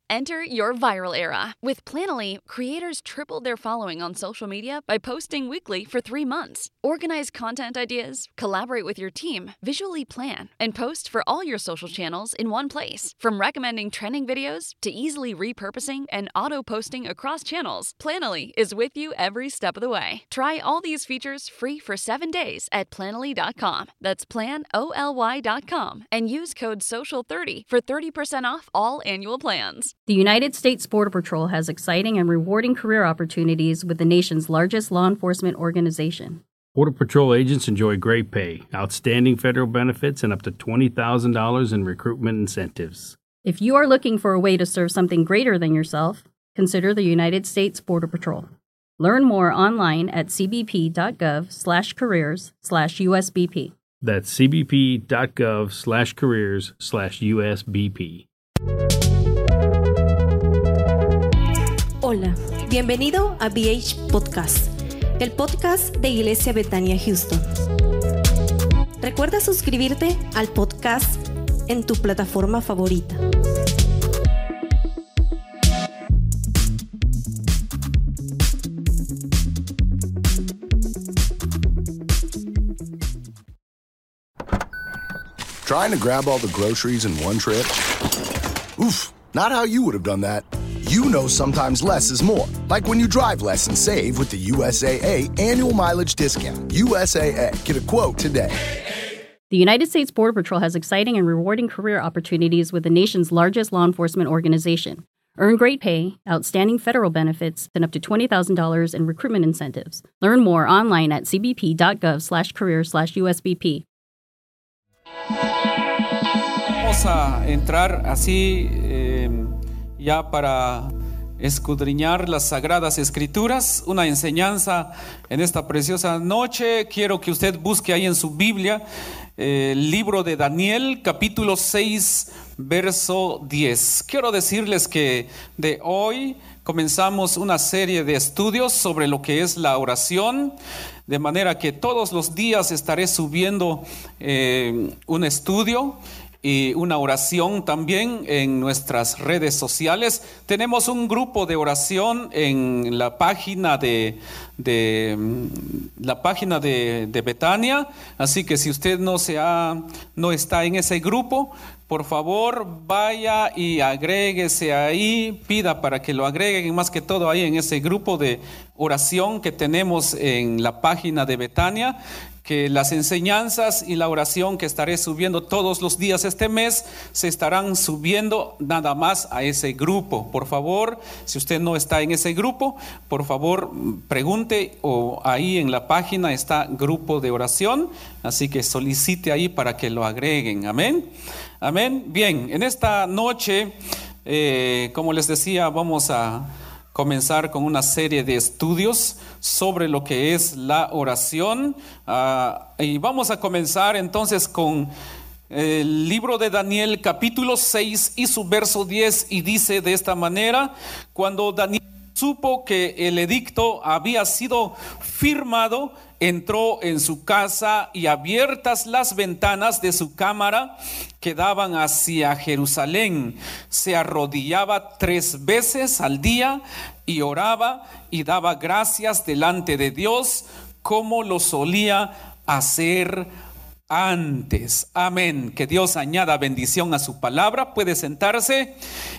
Enter your viral era. With Planoly, creators tripled their following on social media by posting weekly for 3 months. Organize content ideas, collaborate with your team, visually plan, and post for all your social channels in one place. From recommending trending videos to easily repurposing and auto-posting across channels, Planoly is with you every step of the way. Try all these features free for 7 days at Planoly.com. That's planoly.com and use code SOCIAL30 for 30% off all annual plans. The United States Border Patrol has exciting and rewarding career opportunities with the nation's largest law enforcement organization. Border Patrol agents enjoy great pay, outstanding federal benefits, and up to $20,000 in recruitment incentives. If you are looking for a way to serve something greater than yourself, consider the United States Border Patrol. Learn more online at cbp.gov/careers/USBP. That's cbp.gov/careers/USBP. Hola, bienvenido a BH Podcast, el podcast de Iglesia Betania Houston. Recuerda suscribirte al podcast en tu plataforma favorita. Trying to grab all the groceries in one trip? Oof, not how you would have done that. You know sometimes less is more. Like when you drive less and save with the USAA annual mileage discount. USAA. Get a quote today. The United States Border Patrol has exciting and rewarding career opportunities with the nation's largest law enforcement organization. Earn great pay, outstanding federal benefits, and up to $20,000 in recruitment incentives. Learn more online at cbp.gov/careers/USBP. Vamos a entrar así ya para escudriñar las Sagradas Escrituras, una enseñanza en esta preciosa noche. Quiero que usted busque ahí en su Biblia el libro de Daniel, capítulo 6, verso 10. Quiero decirles que de hoy comenzamos una serie de estudios sobre lo que es la oración, de manera que todos los días estaré subiendo un estudio y una oración también en nuestras redes sociales. Tenemos un grupo de oración en la página de Betania, así que si usted no está en ese grupo, por favor vaya y agréguese ahí, pida para que lo agreguen, más que todo ahí en ese grupo de oración que tenemos en la página de Betania, que las enseñanzas y la oración que estaré subiendo todos los días este mes se estarán subiendo nada más a ese grupo. Por favor, si usted no está en ese grupo, por favor pregunte, o ahí en la página está grupo de oración, así que solicite ahí para que lo agreguen. Amén. Amén. Bien, en esta noche, como les decía, vamos a comenzar con una serie de estudios sobre lo que es la oración, y vamos a comenzar entonces con el libro de Daniel capítulo 6 y su verso 10, y dice de esta manera: cuando Daniel supo que el edicto había sido firmado, entró en su casa, y abiertas las ventanas de su cámara que daban hacia Jerusalén, se arrodillaba 3 veces al día y oraba y daba gracias delante de Dios, como lo solía hacer antes. Amén. Que Dios añada bendición a su palabra. Puede sentarse.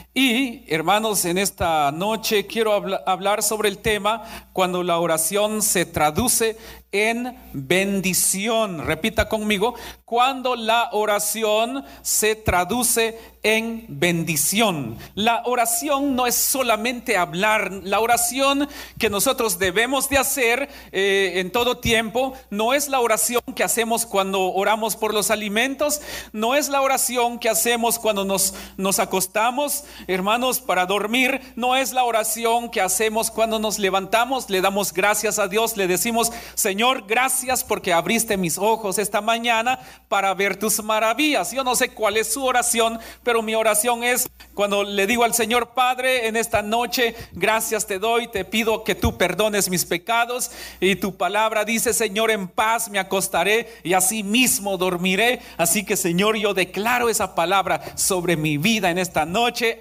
Y hermanos, en esta noche quiero hablar sobre el tema cuando la oración se traduce en bendición. Repita conmigo: cuando la oración se traduce en bendición. La oración no es solamente hablar. La oración que nosotros debemos de hacer en todo tiempo no es la oración que hacemos cuando oramos por los alimentos, no es la oración que hacemos cuando nos acostamos, hermanos, para dormir, no es la oración que hacemos cuando nos levantamos, le damos gracias a Dios, le decimos: Señor, gracias porque abriste mis ojos esta mañana para ver tus maravillas. Yo no sé cuál es su oración, pero mi oración es cuando le digo al Señor: Padre, en esta noche gracias te doy, te pido que tú perdones mis pecados, y tu palabra dice: Señor, en paz me acostaré y así mismo dormiré. Así que, Señor, yo declaro esa palabra sobre mi vida en esta noche.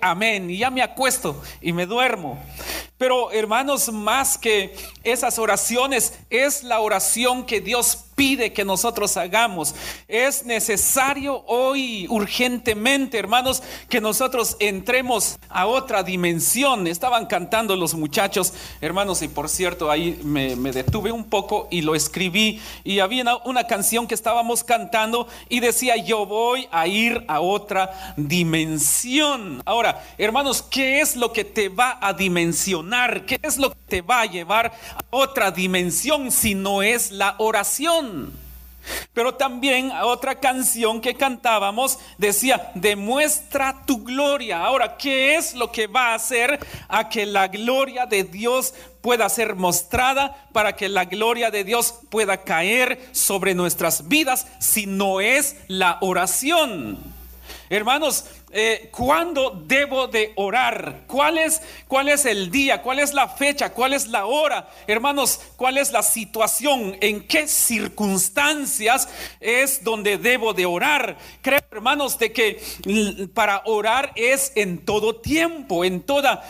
amén, y ya me acuesto y me duermo. Pero hermanos, más que esas oraciones, es la oración que Dios pide que nosotros hagamos. Es necesario hoy urgentemente, hermanos, que nosotros entremos a otra dimensión. Estaban cantando los muchachos, hermanos, y por cierto, ahí me detuve un poco y lo escribí, y había una canción que estábamos cantando y decía: yo voy a ir a otra dimensión. Ahora, hermanos, ¿qué es lo que te va a dimensionar? ¿Qué es lo que te va a llevar a otra dimensión si no es la oración? Pero también otra canción que cantábamos decía: demuestra tu gloria. Ahora, ¿qué es lo que va a hacer a que la gloria de Dios pueda ser mostrada, para que la gloria de Dios pueda caer sobre nuestras vidas si no es la oración? Hermanos, ¿cuándo debo de orar? ¿Cuál es el día? ¿Cuál es la fecha? ¿Cuál es la hora? Hermanos, ¿cuál es la situación? ¿En qué circunstancias es donde debo de orar? Creo, hermanos, de que para orar es en todo tiempo, en toda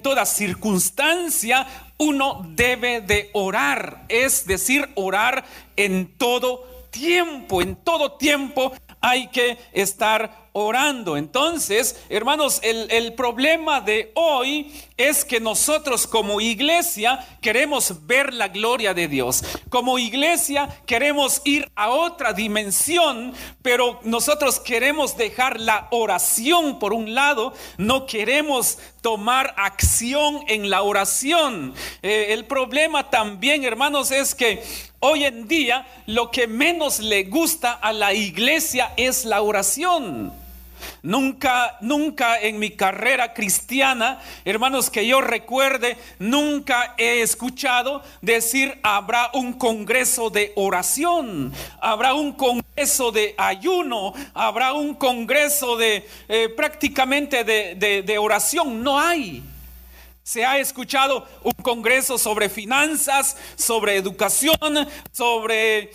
circunstancia uno debe de orar. Es decir, orar en todo tiempo. En todo tiempo hay que estar orando. Entonces, hermanos, el problema de hoy es que nosotros como iglesia queremos ver la gloria de Dios. Como iglesia queremos ir a otra dimensión, pero nosotros queremos dejar la oración por un lado, no queremos tomar acción en la oración. El problema también, hermanos, es que hoy en día lo que menos le gusta a la iglesia es la oración. Nunca en mi carrera cristiana, hermanos, que yo recuerde, nunca he escuchado decir: habrá un congreso de oración, habrá un congreso de ayuno, habrá un congreso de prácticamente de oración. No hay. Se ha escuchado un congreso sobre finanzas, sobre educación, sobre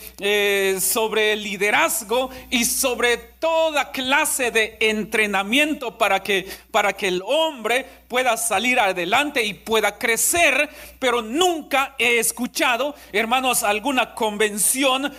liderazgo y sobre toda clase de entrenamiento para que el hombre pueda salir adelante y pueda crecer. Pero nunca he escuchado, hermanos, alguna convención,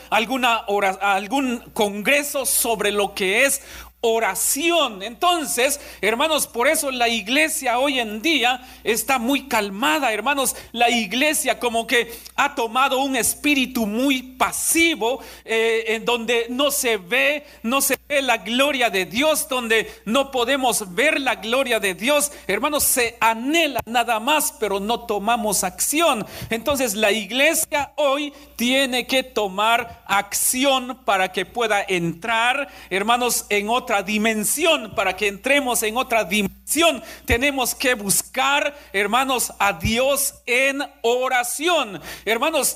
algún congreso sobre lo que es oración. Entonces, hermanos, por eso la iglesia hoy en día está muy calmada, hermanos. La iglesia como que ha tomado un espíritu muy pasivo, en donde no se ve la gloria de Dios, donde no podemos ver la gloria de Dios. Hermanos, se anhela nada más, pero no tomamos acción. Entonces, la iglesia hoy tiene que tomar acción para que pueda entrar, hermanos, en otra dimensión. Para que entremos en otra dimensión, tenemos que buscar, hermanos, a Dios en oración. Hermanos,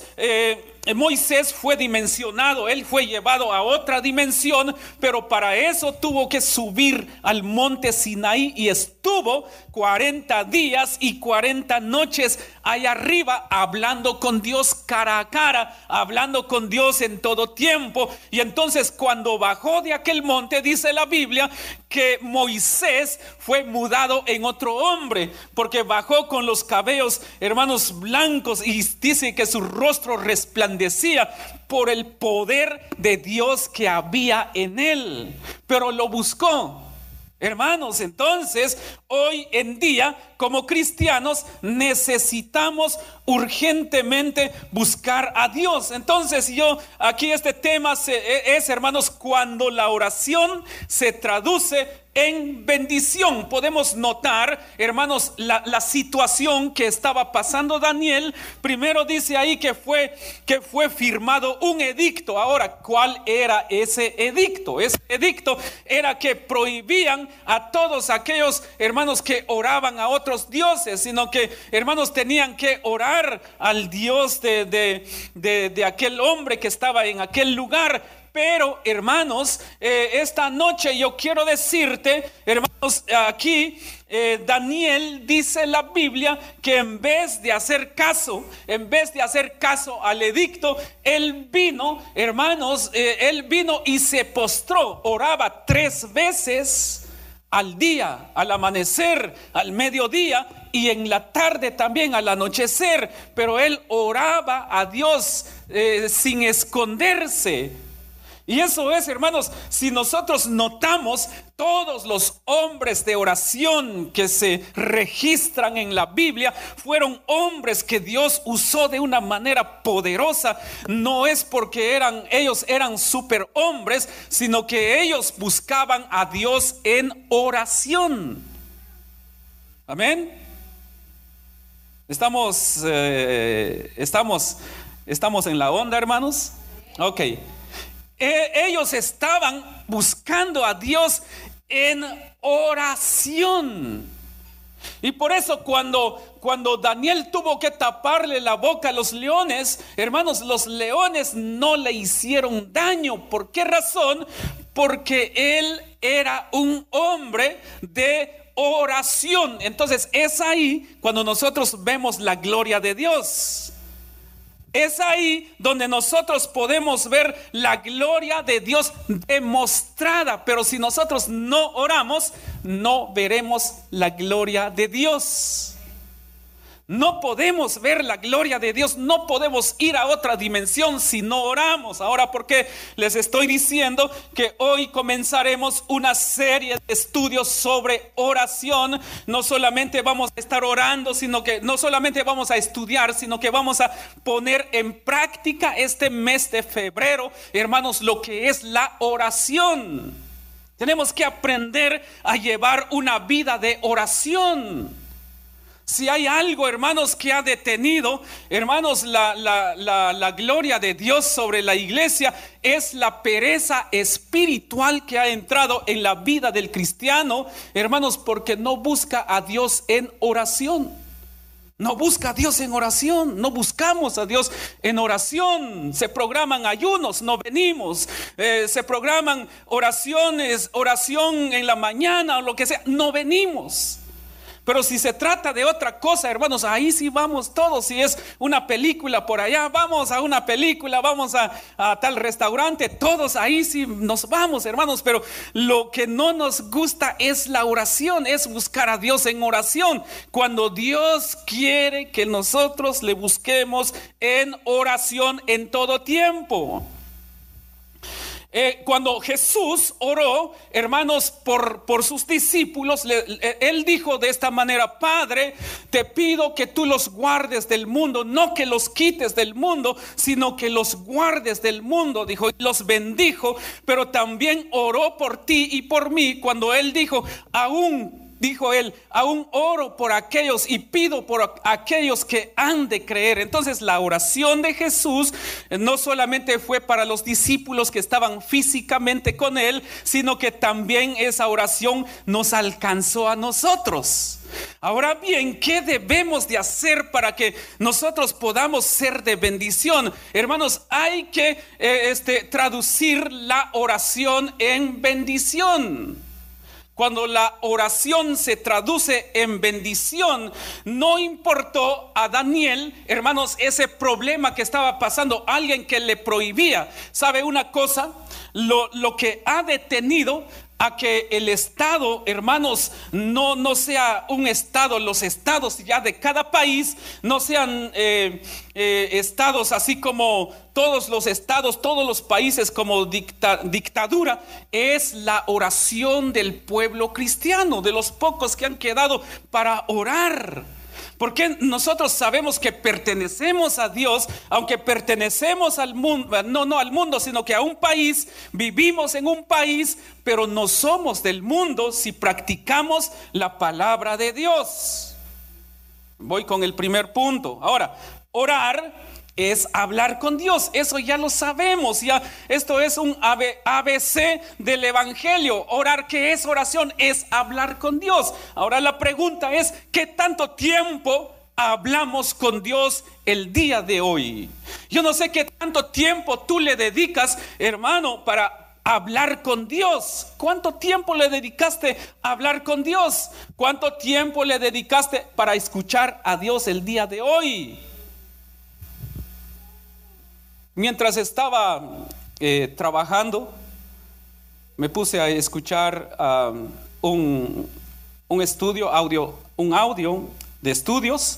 Moisés fue dimensionado, él fue llevado a otra dimensión, pero para eso tuvo que subir al monte Sinaí y estuvo 40 días y 40 noches allá arriba hablando con Dios cara a cara, hablando con Dios en todo tiempo. Y entonces cuando bajó de aquel monte, dice la Biblia que Moisés fue mudado en otro hombre, porque bajó con los cabellos, hermanos, blancos, y dice que su rostro resplandecía por el poder de Dios que había en él. Pero lo buscó. Hermanos, entonces hoy en día como cristianos necesitamos urgentemente buscar a Dios. Entonces aquí este tema es, hermanos, cuando la oración se traduce en bendición. Podemos notar, hermanos, la situación que estaba pasando Daniel. Primero dice ahí que fue firmado un edicto. Ahora, ¿cuál era ese edicto? Ese edicto era que prohibían a todos aquellos, hermanos, que oraban a otros dioses, sino que, hermanos, tenían que orar al Dios de aquel hombre que estaba en aquel lugar. Pero, hermanos, esta noche yo quiero decirte, hermanos, aquí Daniel, dice la Biblia, que en vez de hacer caso al edicto, él vino, hermanos, él vino y se postró, oraba 3 veces al día, al amanecer, al mediodía y en la tarde también al anochecer. Pero él oraba a Dios sin esconderse. Y eso es, hermanos, si nosotros notamos, todos los hombres de oración que se registran en la Biblia fueron hombres que Dios usó de una manera poderosa. No es porque ellos eran superhombres, sino que ellos buscaban a Dios en oración. Amén. Estamos en la onda, hermanos. Ok. Ellos estaban buscando a Dios en oración. Y por eso cuando Daniel tuvo que taparle la boca a los leones, hermanos, los leones no le hicieron daño. ¿Por qué razón? Porque él era un hombre de oración. Entonces es ahí cuando nosotros vemos la gloria de Dios. Es ahí donde nosotros podemos ver la gloria de Dios demostrada. Pero si nosotros no oramos, no veremos la gloria de Dios. No podemos ver la gloria de Dios, no podemos ir a otra dimensión si no oramos. Ahora, ¿por qué les estoy diciendo que hoy comenzaremos una serie de estudios sobre oración? No solamente vamos a estar orando, no solamente vamos a estudiar, sino que vamos a poner en práctica este mes de febrero, hermanos, lo que es la oración. Tenemos que aprender a llevar una vida de oración. Si hay algo, hermanos, que ha detenido, hermanos, la gloria de Dios sobre la iglesia, es la pereza espiritual que ha entrado en la vida del cristiano, hermanos, porque no busca a Dios en oración. No busca a Dios en oración, no buscamos a Dios en oración. Se programan ayunos, no venimos. Se programan oración en la mañana o lo que sea, no venimos. Pero si se trata de otra cosa, hermanos, ahí sí vamos todos. Si es una película por allá, vamos a una película, vamos a tal restaurante, todos ahí sí nos vamos, hermanos. Pero lo que no nos gusta es la oración, es buscar a Dios en oración. Cuando Dios quiere que nosotros le busquemos en oración en todo tiempo. Cuando Jesús oró, hermanos, por sus discípulos, él dijo de esta manera: Padre, te pido que tú los guardes del mundo, no que los quites del mundo, sino que los guardes del mundo, dijo, y los bendijo. Pero también oró por ti y por mí cuando él dijo: dijo él, aún oro por aquellos y pido por aquellos que han de creer. Entonces la oración de Jesús no solamente fue para los discípulos que estaban físicamente con él, sino que también esa oración nos alcanzó a nosotros. Ahora bien, ¿qué debemos de hacer para que nosotros podamos ser de bendición? Hermanos, hay que traducir la oración en bendición. Cuando la oración se traduce en bendición, no importó a Daniel, hermanos, ese problema que estaba pasando, alguien que le prohibía. ¿Sabe una cosa? Lo que ha detenido a que el Estado, hermanos, no sea un Estado, los estados ya de cada país no sean estados así como todos los estados, todos los países como dictadura, es la oración del pueblo cristiano, de los pocos que han quedado para orar. Porque nosotros sabemos que pertenecemos a Dios, aunque pertenecemos al mundo, no al mundo, sino que a un país, vivimos en un país, pero no somos del mundo si practicamos la palabra de Dios. Voy con el primer punto. Ahora, orar es hablar con Dios, eso ya lo sabemos, ya esto es un ABC del evangelio. Orar, ¿qué es oración? Es hablar con Dios. Ahora la pregunta es: ¿qué tanto tiempo hablamos con Dios el día de hoy? Yo no sé qué tanto tiempo tú le dedicas, hermano, para hablar con Dios. ¿Cuánto tiempo le dedicaste a hablar con Dios? ¿Cuánto tiempo le dedicaste para escuchar a Dios el día de hoy? Mientras estaba trabajando, me puse a escuchar un audio de estudios,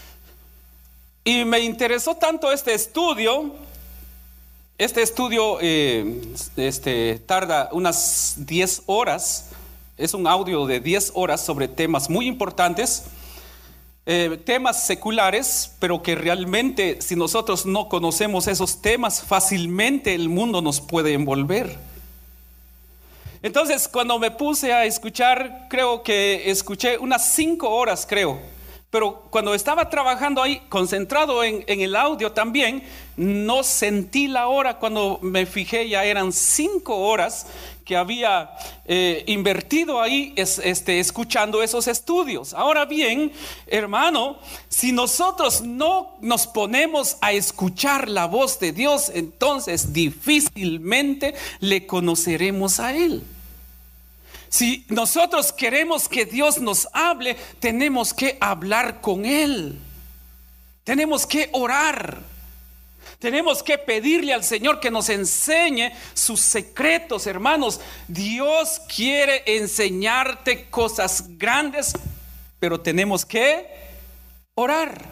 y me interesó tanto este estudio. Este estudio tarda unas 10 horas. Es un audio de 10 horas sobre temas muy importantes, temas seculares, pero que realmente, si nosotros no conocemos esos temas, fácilmente el mundo nos puede envolver. Entonces, cuando me puse a escuchar, creo que escuché unas 5 horas, pero cuando estaba trabajando ahí, concentrado en el audio también, no sentí la hora. Cuando me fijé, ya eran 5 horas que había invertido ahí escuchando esos estudios. Ahora bien, hermano, si nosotros no nos ponemos a escuchar la voz de Dios, entonces difícilmente le conoceremos a Él. Si nosotros queremos que Dios nos hable, tenemos que hablar con Él. Tenemos que orar. Tenemos que pedirle al Señor que nos enseñe sus secretos, hermanos. Dios quiere enseñarte cosas grandes, pero tenemos que orar.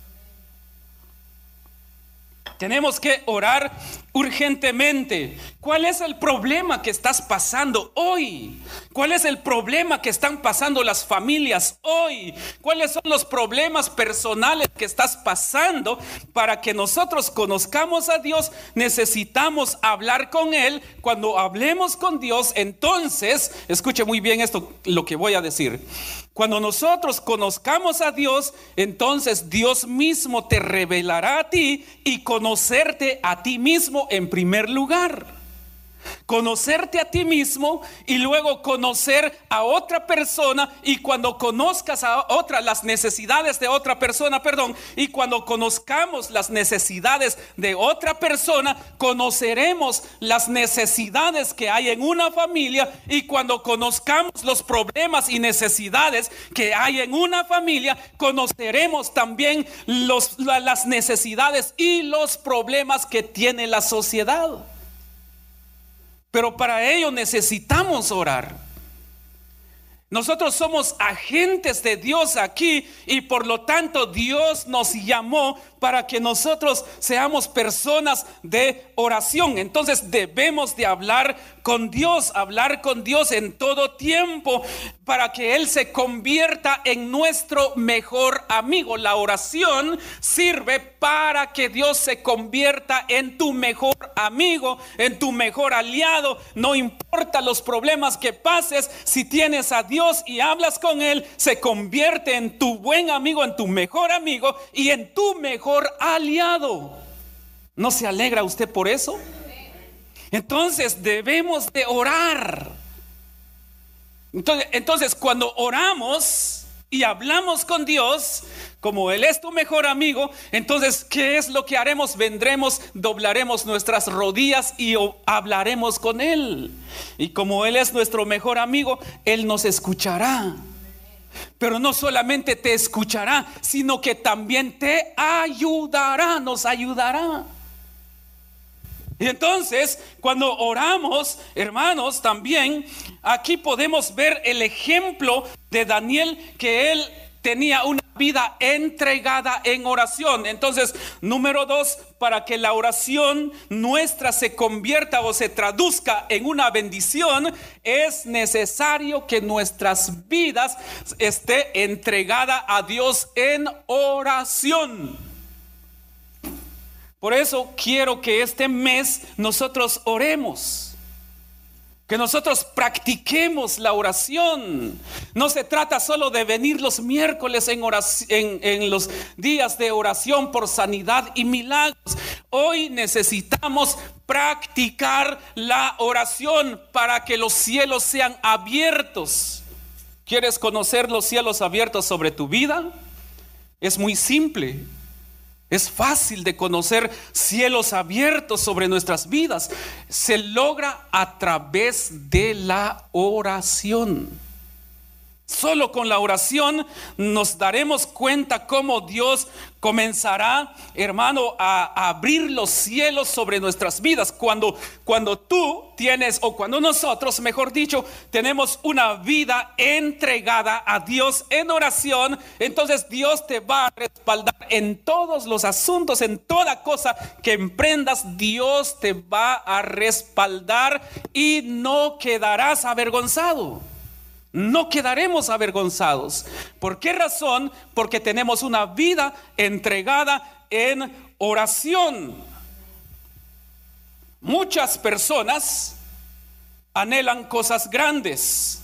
Tenemos que orar urgentemente. ¿Cuál es el problema que estás pasando hoy? ¿Cuál es el problema que están pasando las familias hoy? ¿Cuáles son los problemas personales que estás pasando? Para que nosotros conozcamos a Dios, necesitamos hablar con Él. Cuando hablemos con Dios, entonces, escuche muy bien esto, lo que voy a decir. Cuando nosotros conozcamos a Dios, entonces Dios mismo te revelará a ti y conocerte a ti mismo en primer lugar. Conocerte a ti mismo y luego conocer a otra persona, y cuando conozcas a otra, las necesidades de otra persona, y cuando conozcamos las necesidades de otra persona, conoceremos las necesidades que hay en una familia, y cuando conozcamos los problemas y necesidades que hay en una familia, conoceremos también las necesidades y los problemas que tiene la sociedad. Pero para ello necesitamos orar. Nosotros somos agentes de Dios aquí, y por lo tanto Dios nos llamó para que nosotros seamos personas de oración. Entonces debemos de hablar con Dios en todo tiempo, para que Él se convierta en nuestro mejor amigo. La oración sirve para que Dios se convierta en tu mejor amigo, en tu mejor aliado. No importa los problemas que pases, si tienes a Dios y hablas con Él, se convierte en tu buen amigo, en tu mejor amigo y en tu mejor aliado. ¿No se alegra usted por eso? Entonces debemos de orar. Entonces cuando oramos y hablamos con Dios, como Él es tu mejor amigo, entonces ¿qué es lo que haremos? Vendremos, doblaremos nuestras rodillas y hablaremos con Él. Y como Él es nuestro mejor amigo, Él nos escuchará. Pero no solamente te escuchará, sino que también te ayudará, nos ayudará. Y entonces, cuando oramos, hermanos, también aquí podemos ver el ejemplo de Daniel, que él tenía una vida entregada en oración. Entonces, número 2, para que la oración nuestra se convierta o se traduzca en una bendición, es necesario que nuestras vidas esté entregada a Dios en oración. Por eso quiero que este mes nosotros oremos, que nosotros practiquemos la oración. No se trata solo de venir los miércoles en los días de oración por sanidad y milagros. Hoy necesitamos practicar la oración para que los cielos sean abiertos. ¿Quieres conocer los cielos abiertos sobre tu vida? Es muy simple. Es fácil de conocer cielos abiertos sobre nuestras vidas. Se logra a través de la oración. Solo con la oración nos daremos cuenta cómo Dios comenzará, hermano, a abrir los cielos sobre nuestras vidas. Cuando tú tienes, o cuando nosotros, mejor dicho, tenemos una vida entregada a Dios en oración, entonces Dios te va a respaldar en todos los asuntos, en toda cosa que emprendas. Dios te va a respaldar y no quedarás avergonzado. No quedaremos avergonzados. ¿Por qué razón? Porque tenemos una vida entregada en oración. Muchas personas anhelan cosas grandes.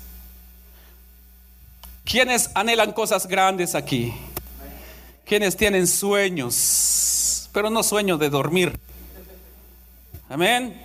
¿Quiénes anhelan cosas grandes aquí? ¿Quiénes tienen sueños? Pero no sueños de dormir. Amén.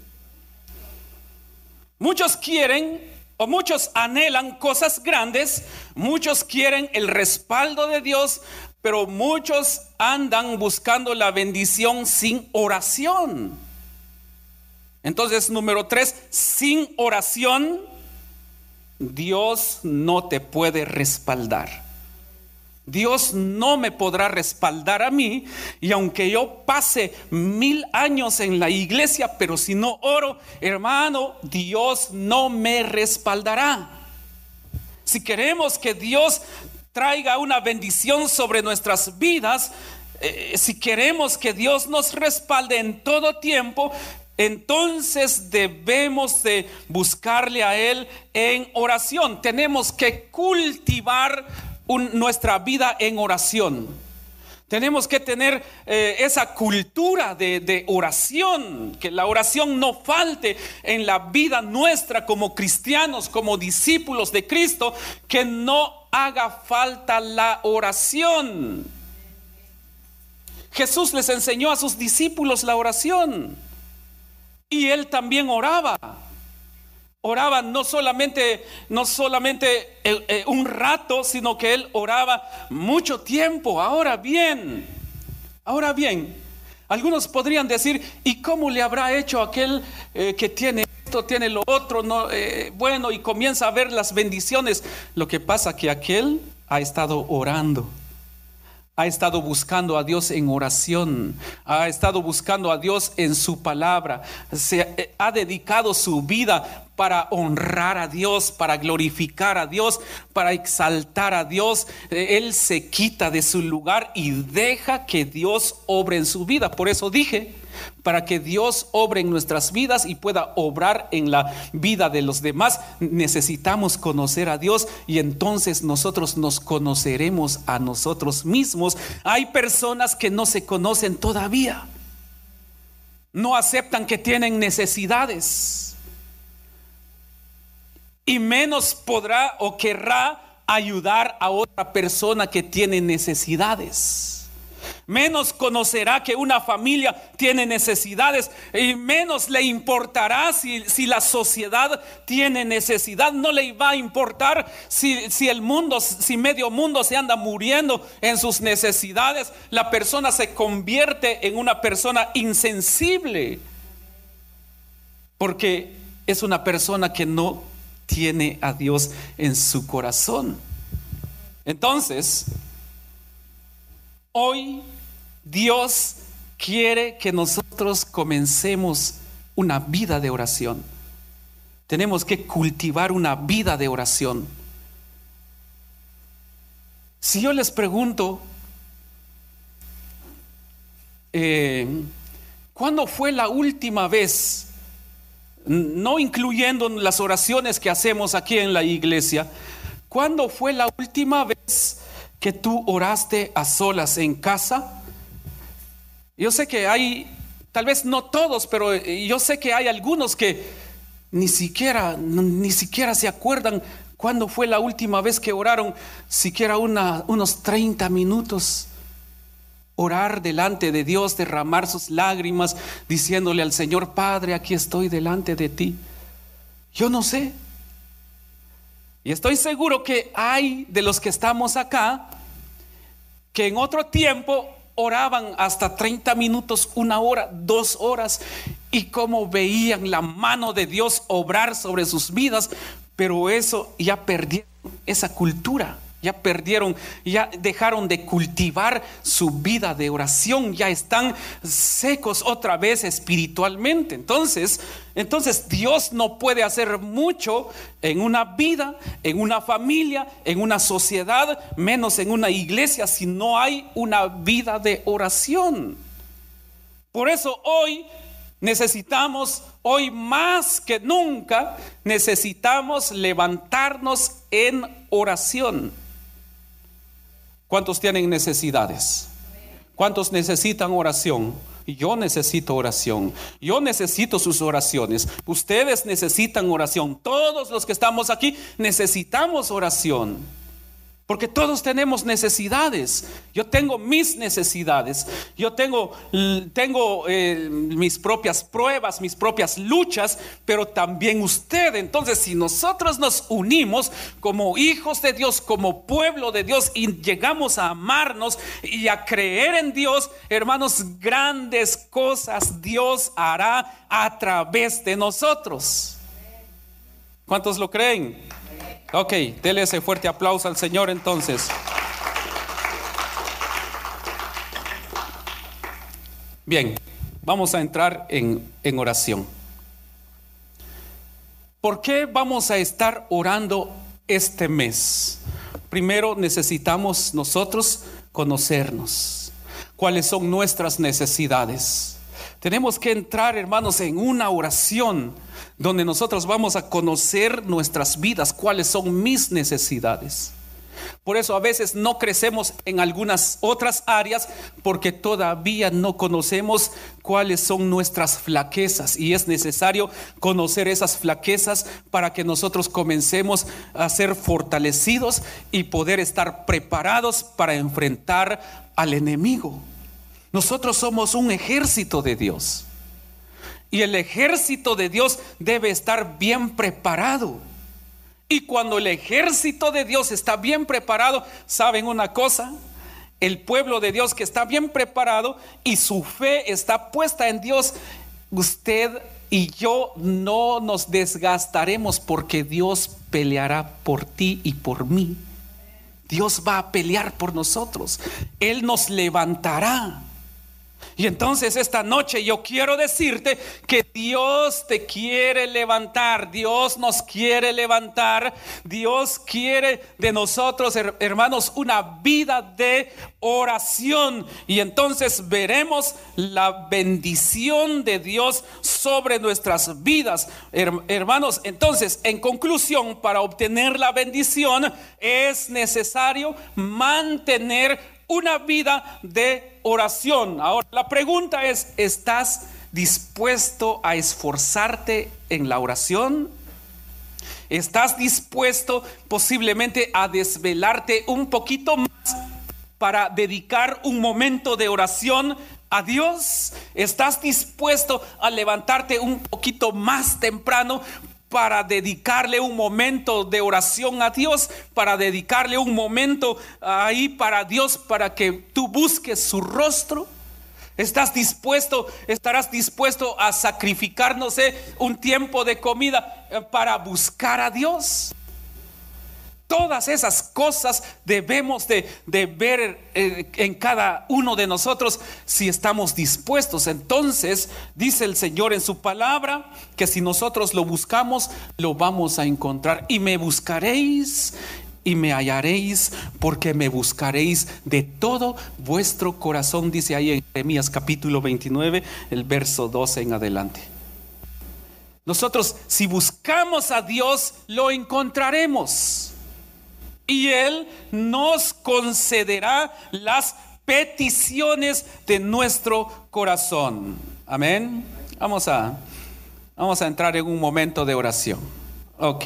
Muchos quieren, o muchos anhelan cosas grandes, muchos quieren el respaldo de Dios, pero muchos andan buscando la bendición sin oración. Entonces, número 3, sin oración, Dios no te puede respaldar. Dios no me podrá respaldar a mí, y aunque yo pase 1000 años en la iglesia, pero si no oro, hermano, Dios no me respaldará. Si queremos que Dios traiga una bendición sobre nuestras vidas, si queremos que Dios nos respalde en todo tiempo, entonces debemos de buscarle a Él en oración. Tenemos que cultivar nuestra vida en oración. Tenemos que tener esa cultura de oración, que la oración no falte en la vida nuestra como cristianos, como discípulos de Cristo, que no haga falta la oración. Jesús les enseñó a sus discípulos la oración, y Él también oraba. Oraba no solamente un rato, sino que Él oraba mucho tiempo. Ahora bien, algunos podrían decir, ¿y cómo le habrá hecho aquel que tiene esto, tiene lo otro? No, bueno, y comienza a ver las bendiciones. Lo que pasa que aquel ha estado orando. Ha estado buscando a Dios en oración, ha estado buscando a Dios en su palabra, se ha dedicado su vida para honrar a Dios, para glorificar a Dios, para exaltar a Dios. Él se quita de su lugar y deja que Dios obre en su vida. Por eso dije, para que Dios obre en nuestras vidas y pueda obrar en la vida de los demás, necesitamos conocer a Dios, y entonces nosotros nos conoceremos a nosotros mismos. Hay personas que no se conocen todavía, no aceptan que tienen necesidades, y menos podrá o querrá ayudar a otra persona que tiene necesidades. Menos conocerá que una familia tiene necesidades, y menos le importará si la sociedad tiene necesidad. No le va a importar si el mundo, si medio mundo se anda muriendo en sus necesidades. La persona se convierte en una persona insensible, porque es una persona que no tiene a Dios en su corazón. Entonces, hoy Dios quiere que nosotros comencemos una vida de oración. Tenemos que cultivar una vida de oración. Si yo les pregunto, ¿cuándo fue la última vez, no incluyendo las oraciones que hacemos aquí en la iglesia, cuándo fue la última vez que tú oraste a solas en casa? Yo sé que hay, tal vez no todos, pero yo sé que hay algunos que ni siquiera se acuerdan cuándo fue la última vez que oraron, siquiera unos 30 minutos. Orar delante de Dios, derramar sus lágrimas, diciéndole al Señor: Padre, aquí estoy delante de ti. Yo no sé. Y estoy seguro que hay de los que estamos acá que en otro tiempo oraban hasta 30 minutos, 1 hora, 2 horas, y cómo veían la mano de Dios obrar sobre sus vidas, pero eso ya perdieron esa cultura. Ya perdieron, ya dejaron de cultivar su vida de oración, ya están secos otra vez espiritualmente. Entonces Dios no puede hacer mucho en una vida, en una familia, en una sociedad, menos en una iglesia, si no hay una vida de oración. Por eso hoy más que nunca, necesitamos levantarnos en oración. ¿Cuántos tienen necesidades? ¿Cuántos necesitan oración? Yo necesito oración. Yo necesito sus oraciones. Ustedes necesitan oración. Todos los que estamos aquí necesitamos oración. Porque todos tenemos necesidades. Yo tengo mis necesidades. Yo tengo mis propias pruebas, mis propias luchas, pero también usted. Entonces, si nosotros nos unimos como hijos de Dios, como pueblo de Dios, y llegamos a amarnos y a creer en Dios, hermanos, grandes cosas Dios hará a través de nosotros. ¿Cuántos lo creen? Ok, dele ese fuerte aplauso al Señor entonces. Bien, vamos a entrar en oración. ¿Por qué vamos a estar orando este mes? Primero necesitamos nosotros conocernos. ¿Cuáles son nuestras necesidades? Tenemos que entrar, hermanos, en una oración donde nosotros vamos a conocer nuestras vidas, cuáles son mis necesidades. Por eso a veces no crecemos en algunas otras áreas, porque todavía no conocemos cuáles son nuestras flaquezas, y es necesario conocer esas flaquezas para que nosotros comencemos a ser fortalecidos y poder estar preparados para enfrentar al enemigo. Nosotros somos un ejército de Dios, y el ejército de Dios debe estar bien preparado. Y cuando el ejército de Dios está bien preparado, ¿saben una cosa? El pueblo de Dios que está bien preparado y su fe está puesta en Dios, usted y yo no nos desgastaremos, porque Dios peleará por ti y por mí. Dios va a pelear por nosotros. Él nos levantará. Y entonces esta noche yo quiero decirte que Dios te quiere levantar. Dios nos quiere levantar. Dios quiere de nosotros, hermanos, una vida de oración. Y entonces veremos la bendición de Dios sobre nuestras vidas, hermanos. Entonces, en conclusión, para obtener la bendición es necesario mantener una vida de oración. Ahora, la pregunta es: ¿estás dispuesto a esforzarte en la oración? ¿Estás dispuesto posiblemente a desvelarte un poquito más para dedicar un momento de oración a Dios? ¿Estás dispuesto a levantarte un poquito más temprano para dedicarle un momento de oración a Dios, para dedicarle un momento ahí para Dios, para que tú busques su rostro? ¿Estarás dispuesto a sacrificar, no sé, un tiempo de comida para buscar a Dios? Todas esas cosas debemos de ver en cada uno de nosotros, si estamos dispuestos. Entonces dice el Señor en su palabra que si nosotros lo buscamos, lo vamos a encontrar. Y me buscaréis y me hallaréis, porque me buscaréis de todo vuestro corazón, dice ahí en Jeremías capítulo 29, el verso 12 en adelante. Nosotros, si buscamos a Dios, lo encontraremos. Y Él nos concederá las peticiones de nuestro corazón. Amén. Vamos a entrar en un momento de oración. Ok.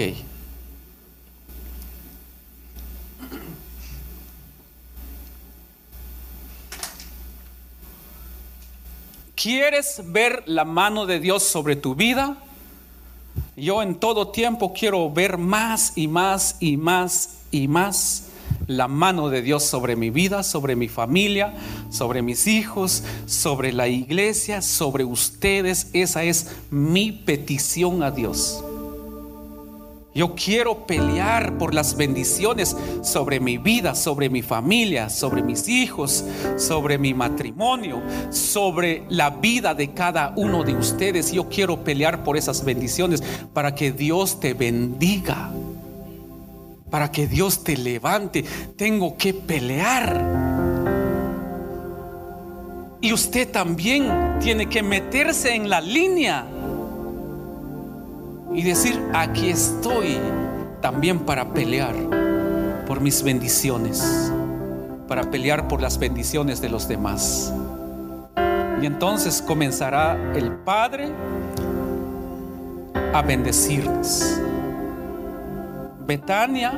¿Quieres ver la mano de Dios sobre tu vida? Yo en todo tiempo quiero ver más y más y más y más la mano de Dios sobre mi vida, sobre mi familia, sobre mis hijos, sobre la iglesia, sobre ustedes. Esa es mi petición a Dios. Yo quiero pelear por las bendiciones sobre mi vida, sobre mi familia, sobre mis hijos, sobre mi matrimonio, sobre la vida de cada uno de ustedes. Yo quiero pelear por esas bendiciones para que Dios te bendiga, para que Dios te levante. Tengo que pelear. Y usted también tiene que meterse en la línea y decir: aquí estoy también para pelear por mis bendiciones, para pelear por las bendiciones de los demás. Y entonces comenzará el Padre a bendecirnos. Betania,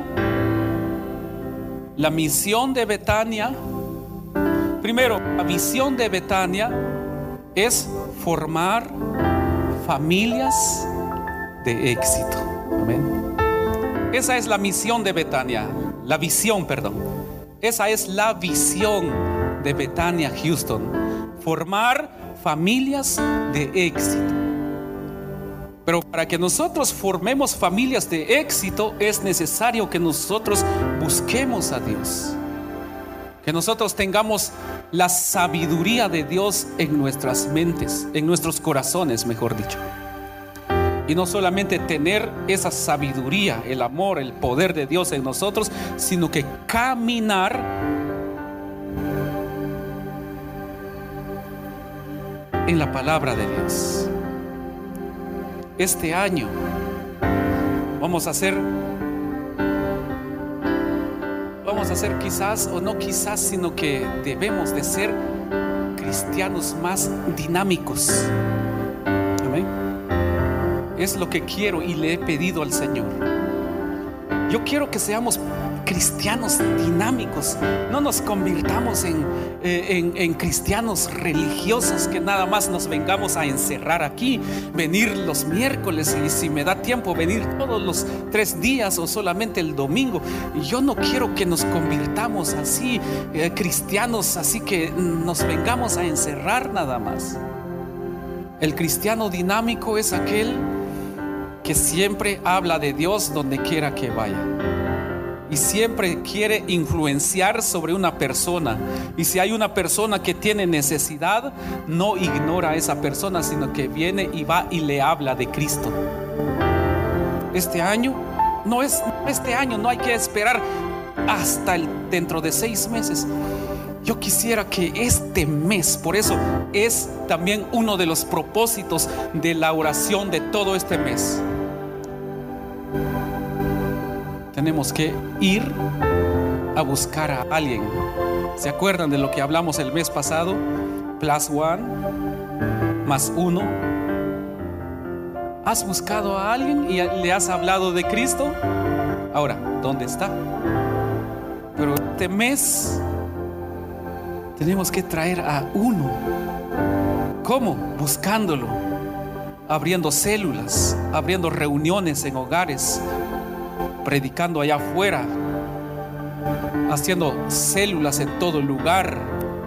la misión de Betania, primero, la visión de Betania es formar familias de éxito. Amén. Esa es la misión de Betania. La visión, perdón. Esa es la visión de Betania Houston. Formar familias de éxito. Pero para que nosotros formemos familias de éxito es necesario que nosotros busquemos a Dios. Que nosotros tengamos la sabiduría de Dios en nuestras mentes, en nuestros corazones, mejor dicho. Y no solamente tener esa sabiduría, el amor, el poder de Dios en nosotros, sino que caminar en la palabra de Dios. Este año vamos a hacer quizás, o no quizás, sino que debemos de ser cristianos más dinámicos. Amén. Es lo que quiero y le he pedido al Señor. Yo quiero que seamos cristianos dinámicos. No nos convirtamos en cristianos religiosos, que nada más nos vengamos a encerrar aquí, venir los miércoles y si me da tiempo venir todos los 3 días o solamente el domingo. Yo no quiero que nos convirtamos así, cristianos así que nos vengamos a encerrar nada más. El cristiano dinámico es aquel que siempre habla de Dios donde quiera que vaya y siempre quiere influenciar sobre una persona. Y si hay una persona que tiene necesidad, no ignora a esa persona, sino que viene y va y le habla de Cristo. Este año no hay que esperar hasta dentro de 6 meses. Yo quisiera que este mes, por eso es también uno de los propósitos de la oración de todo este mes. Tenemos que ir a buscar a alguien. ¿Se acuerdan de lo que hablamos el mes pasado? +1 más 1. ¿Has buscado a alguien y le has hablado de Cristo? Ahora, ¿dónde está? Pero este mes tenemos que traer a uno. ¿Cómo? Buscándolo, abriendo células, abriendo reuniones en hogares, predicando allá afuera, haciendo células en todo lugar.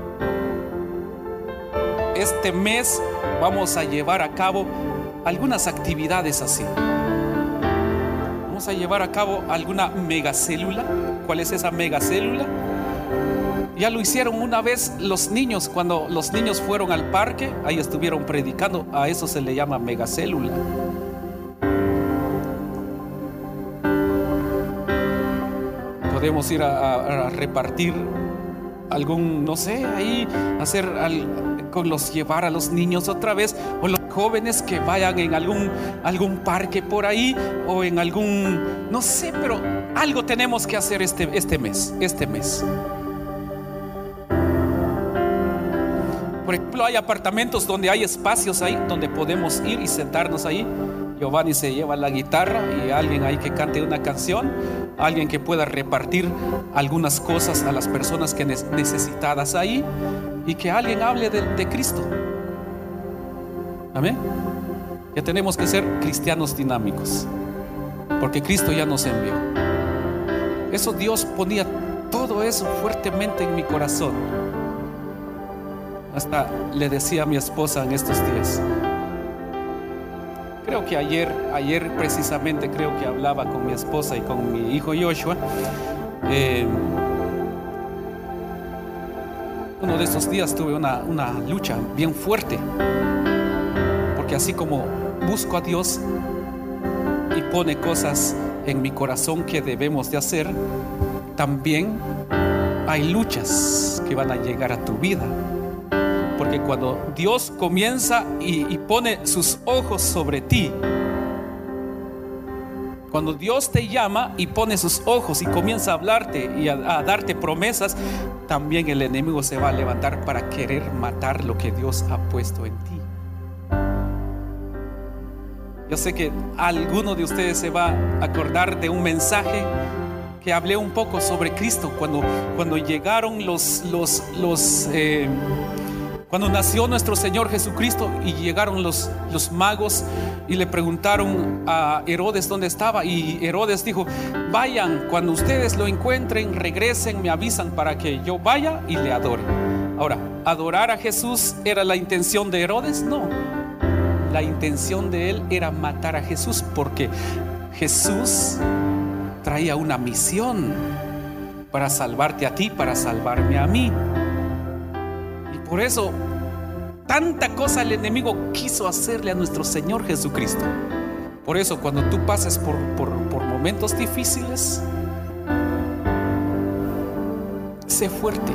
Este mes vamos a llevar a cabo algunas actividades así. Vamos a llevar a cabo alguna megacélula. ¿Cuál es esa megacélula? Ya lo hicieron una vez los niños, cuando los niños fueron al parque, ahí estuvieron predicando. A eso se le llama megacélula. Podemos ir a repartir algún, no sé, ahí llevar a los niños otra vez, o los jóvenes que vayan en algún parque por ahí, o en algún, no sé, pero algo tenemos que hacer este mes. Por ejemplo, hay apartamentos donde hay espacios ahí donde podemos ir y sentarnos ahí. Giovanni se lleva la guitarra y alguien ahí que cante una canción, alguien que pueda repartir algunas cosas a las personas que necesitadas ahí, y que alguien hable de Cristo. Amén. Ya tenemos que ser cristianos dinámicos, porque Cristo ya nos envió. Eso Dios ponía todo eso fuertemente en mi corazón. Hasta le decía a mi esposa en estos días: Creo que ayer precisamente creo que hablaba con mi esposa y con mi hijo Joshua. Uno de esos días tuve una lucha bien fuerte, porque así como busco a Dios y pone cosas en mi corazón que debemos de hacer, también hay luchas que van a llegar a tu vida. Porque cuando Dios comienza y pone sus ojos sobre ti, cuando Dios te llama y pone sus ojos y comienza a hablarte y a darte promesas, también el enemigo se va a levantar para querer matar lo que Dios ha puesto en ti. Yo sé que alguno de ustedes se va a acordar de un mensaje que hablé un poco sobre Cristo cuando llegaron cuando nació nuestro Señor Jesucristo y llegaron los magos y le preguntaron a Herodes dónde estaba, y Herodes dijo: vayan, cuando ustedes lo encuentren, regresen, me avisan para que yo vaya y le adore. Ahora, ¿adorar a Jesús era la intención de Herodes? No, la intención de él era matar a Jesús, porque Jesús traía una misión para salvarte a ti, para salvarme a mí. Por eso, tanta cosa el enemigo quiso hacerle a nuestro Señor Jesucristo. Por eso, cuando tú pases por momentos difíciles, sé fuerte.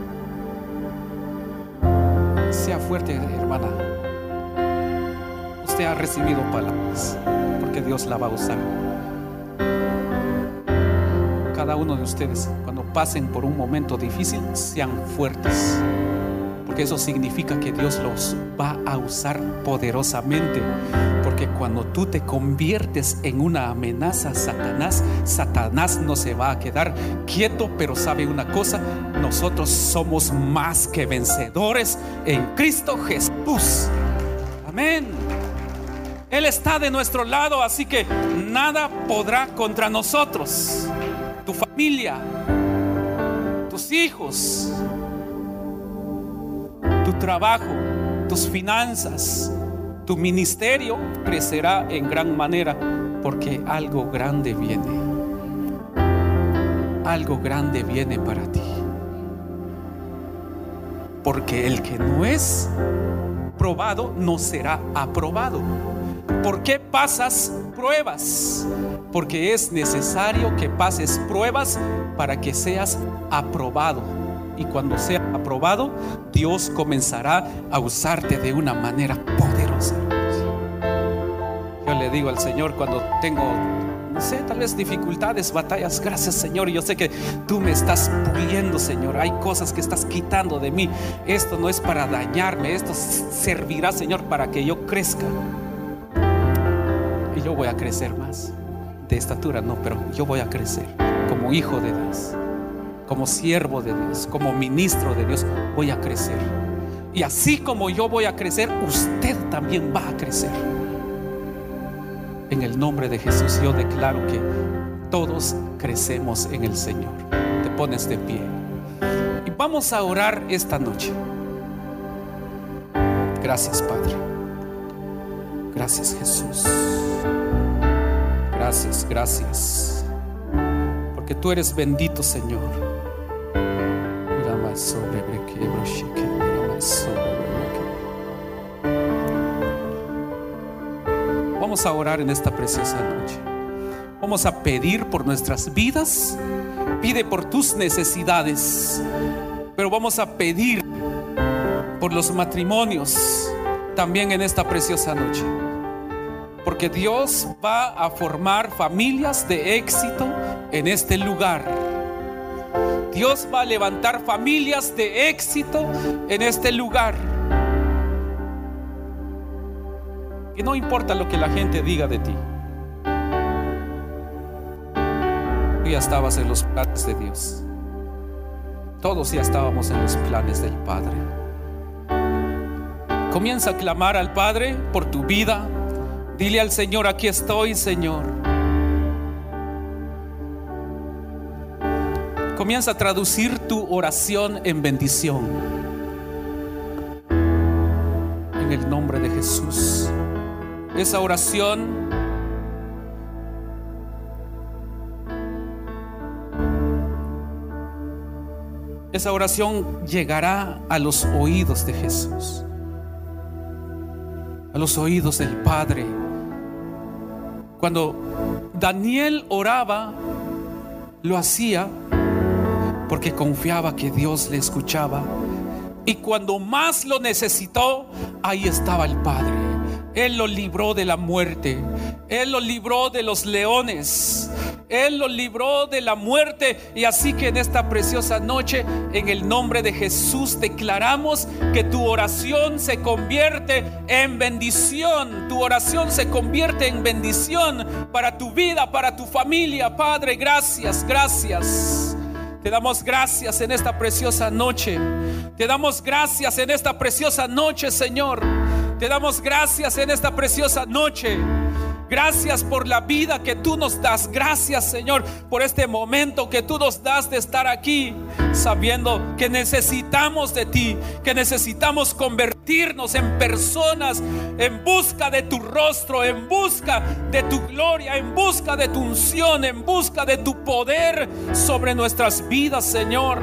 Sea fuerte, hermana. Usted ha recibido palabras, porque Dios la va a usar. Cada uno de ustedes, cuando pasen por un momento difícil, sean fuertes. Porque eso significa que Dios los va a usar poderosamente. Porque cuando tú te conviertes en una amenaza a Satanás no se va a quedar quieto. Pero sabe una cosa: nosotros somos más que vencedores en Cristo Jesús. Amén. Él está de nuestro lado, así que nada podrá contra nosotros. Tu familia, tus hijos, tu trabajo, tus finanzas, tu ministerio crecerá en gran manera, porque algo grande viene. Algo grande viene para ti. Porque el que no es probado no será aprobado. ¿Por qué pasas pruebas? Porque es necesario que pases pruebas para que seas aprobado. Y cuando sea aprobado, Dios comenzará a usarte de una manera poderosa. Yo le digo al Señor cuando tengo, no sé, tal vez dificultades, batallas: gracias, Señor, yo sé que tú me estás puliendo, Señor. Hay cosas que estás quitando de mí. Esto no es para dañarme, esto servirá, Señor, para que yo crezca. Y yo voy a crecer más. De estatura no, pero yo voy a crecer como hijo de Dios, como siervo de Dios, como ministro de Dios. Voy a crecer. Y así como yo voy a crecer, usted también va a crecer. En el nombre de Jesús yo declaro que todos crecemos en el Señor. Te pones de pie y vamos a orar esta noche. Gracias, Padre. Gracias, Jesús. Gracias, porque tú eres bendito, Señor. Vamos a orar en esta preciosa noche. Vamos a pedir por nuestras vidas. Pide por tus necesidades, pero vamos a pedir por los matrimonios también en esta preciosa noche. Porque Dios va a formar familias de éxito en este lugar. Dios va a levantar familias de éxito en este lugar. Y no importa lo que la gente diga de ti. Tú ya estabas en los planes de Dios. Todos ya estábamos en los planes del Padre. Comienza a clamar al Padre por tu vida. Dile al Señor: aquí estoy, Señor. Comienza a traducir tu oración en bendición. En el nombre de Jesús. esa oración llegará a los oídos de Jesús, a los oídos del Padre. Cuando Daniel oraba, lo hacía porque confiaba que Dios le escuchaba. Y cuando más lo necesitó, ahí estaba el Padre. Él lo libró de la muerte. Él lo libró de los leones. Él lo libró de la muerte. Y así que en esta preciosa noche, en el nombre de Jesús, declaramos que tu oración se convierte en bendición. Tu oración se convierte en bendición para tu vida, para tu familia. Padre, gracias, gracias. Te damos gracias en esta preciosa noche. Te damos gracias en esta preciosa noche, Señor. Te damos gracias en esta preciosa noche. Gracias por la vida que tú nos das. Gracias, Señor, por este momento que tú nos das de estar aquí, sabiendo que necesitamos de ti, que necesitamos convertirnos en personas en busca de tu rostro, en busca de tu gloria, en busca de tu unción, en busca de tu poder sobre nuestras vidas, Señor.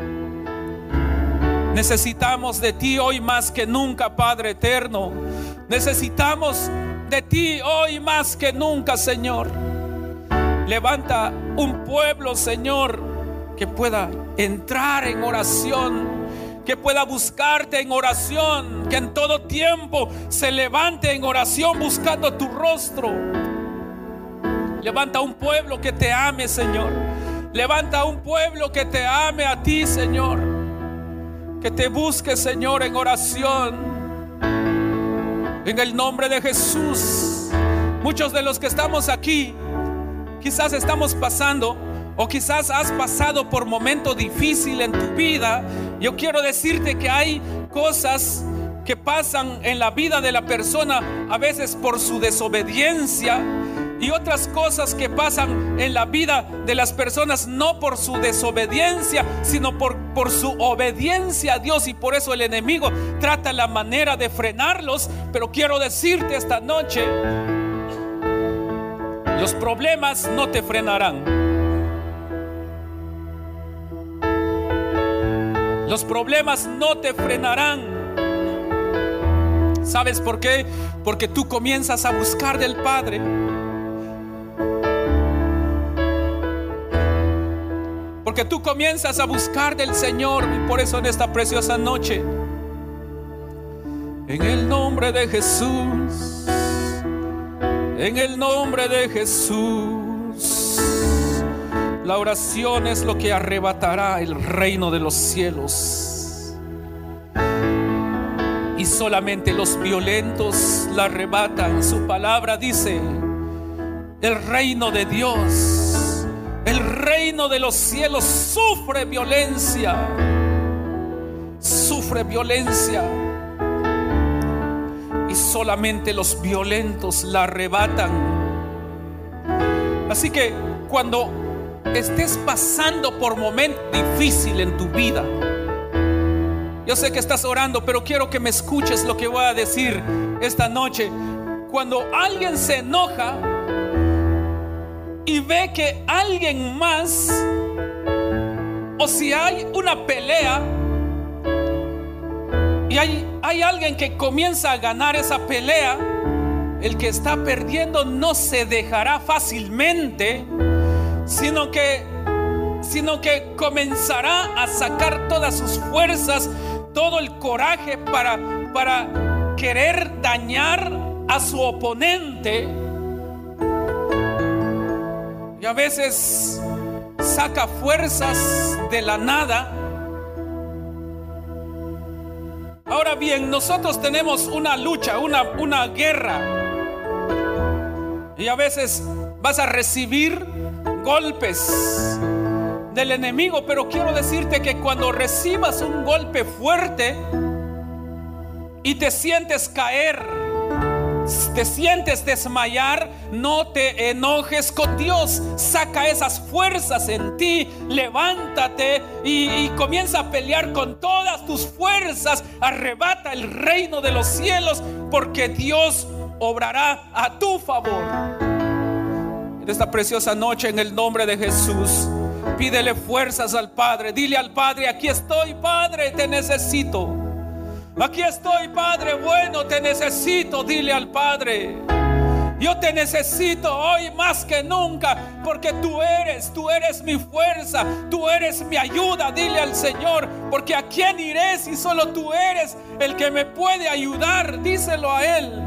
Necesitamos de ti hoy más que nunca, Padre eterno. Necesitamos de ti hoy más que nunca, Señor. Levanta un pueblo, Señor, que pueda entrar en oración, que pueda buscarte en oración, que en todo tiempo se levante en oración buscando tu rostro. Levanta un pueblo que te ame, Señor. Levanta un pueblo que te ame a ti, Señor. Que te busque, Señor, en oración. En el nombre de Jesús. Muchos de los que estamos aquí, quizás estamos pasando, o quizás has pasado por momento difícil en tu vida. Yo quiero decirte que hay cosas que pasan en la vida de la persona, a veces por su desobediencia, y otras cosas que pasan en la vida de las personas no por su desobediencia, sino por su obediencia a Dios. Y por eso el enemigo trata la manera de frenarlos. Pero quiero decirte esta noche, los problemas no te frenarán. Los problemas no te frenarán. ¿Sabes por qué? Porque tú comienzas a buscar del Padre. Porque tú comienzas a buscar del Señor. Y por eso en esta preciosa noche, en el nombre de Jesús, en el nombre de Jesús, la oración es lo que arrebatará el reino de los cielos. Y solamente los violentos la arrebatan. Su palabra dice: el reino de Dios, el reino de los cielos sufre violencia. Sufre violencia. Y solamente los violentos la arrebatan. Así que cuando estés pasando por momento difícil en tu vida, yo sé que estás orando, pero quiero que me escuches lo que voy a decir esta noche. Cuando alguien se enoja y ve que alguien más, o si hay una pelea y hay alguien que comienza a ganar esa pelea, el que está perdiendo no se dejará fácilmente, sino que comenzará a sacar todas sus fuerzas, todo el coraje para querer dañar a su oponente. Y a veces saca fuerzas de la nada. Ahora bien, nosotros tenemos una lucha, una guerra. Y a veces vas a recibir golpes del enemigo, pero quiero decirte que cuando recibas un golpe fuerte y te sientes caer, te sientes desmayar, no te enojes con Dios. Saca esas fuerzas en ti, levántate y comienza a pelear con todas tus fuerzas. Arrebata el reino de los cielos, porque Dios obrará a tu favor. En esta preciosa noche, en el nombre de Jesús, pídele fuerzas al Padre. Dile al Padre: aquí estoy, Padre, te necesito. Aquí estoy, Padre bueno, te necesito. Dile al Padre: yo te necesito hoy más que nunca, porque tú eres mi fuerza, tú eres mi ayuda. Dile al Señor: porque ¿a quién iré si solo tú eres el que me puede ayudar? Díselo a Él.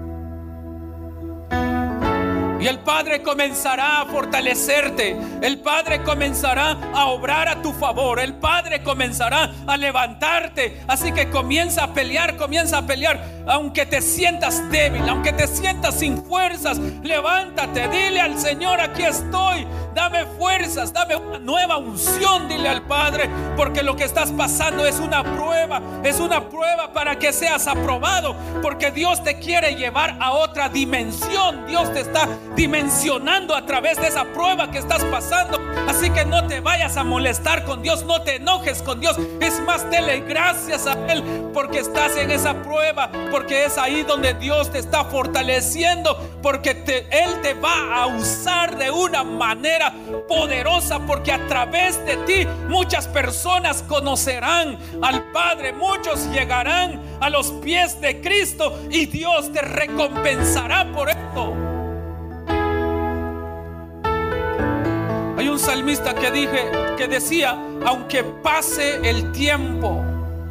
Y el Padre comenzará a fortalecerte. El Padre comenzará a obrar a tu favor. El Padre comenzará a levantarte. Así que comienza a pelear, aunque te sientas débil, aunque te sientas sin fuerzas. Levántate, dile al Señor: aquí estoy, dame fuerzas, dame una nueva unción. Dile al Padre, porque lo que estás pasando es una prueba para que seas aprobado, porque Dios te quiere llevar a otra dimensión. Dios te está dimensionando a través de esa prueba que estás pasando. Así que no te vayas a molestar con Dios, no te enojes con Dios. Es más, dele gracias a Él porque estás en esa prueba, porque es ahí donde Dios te está fortaleciendo, porque Él te va a usar de una manera poderosa, porque a través de ti muchas personas conocerán al Padre, muchos llegarán a los pies de Cristo y Dios te recompensará por esto. Hay un salmista que decía: aunque pase el tiempo.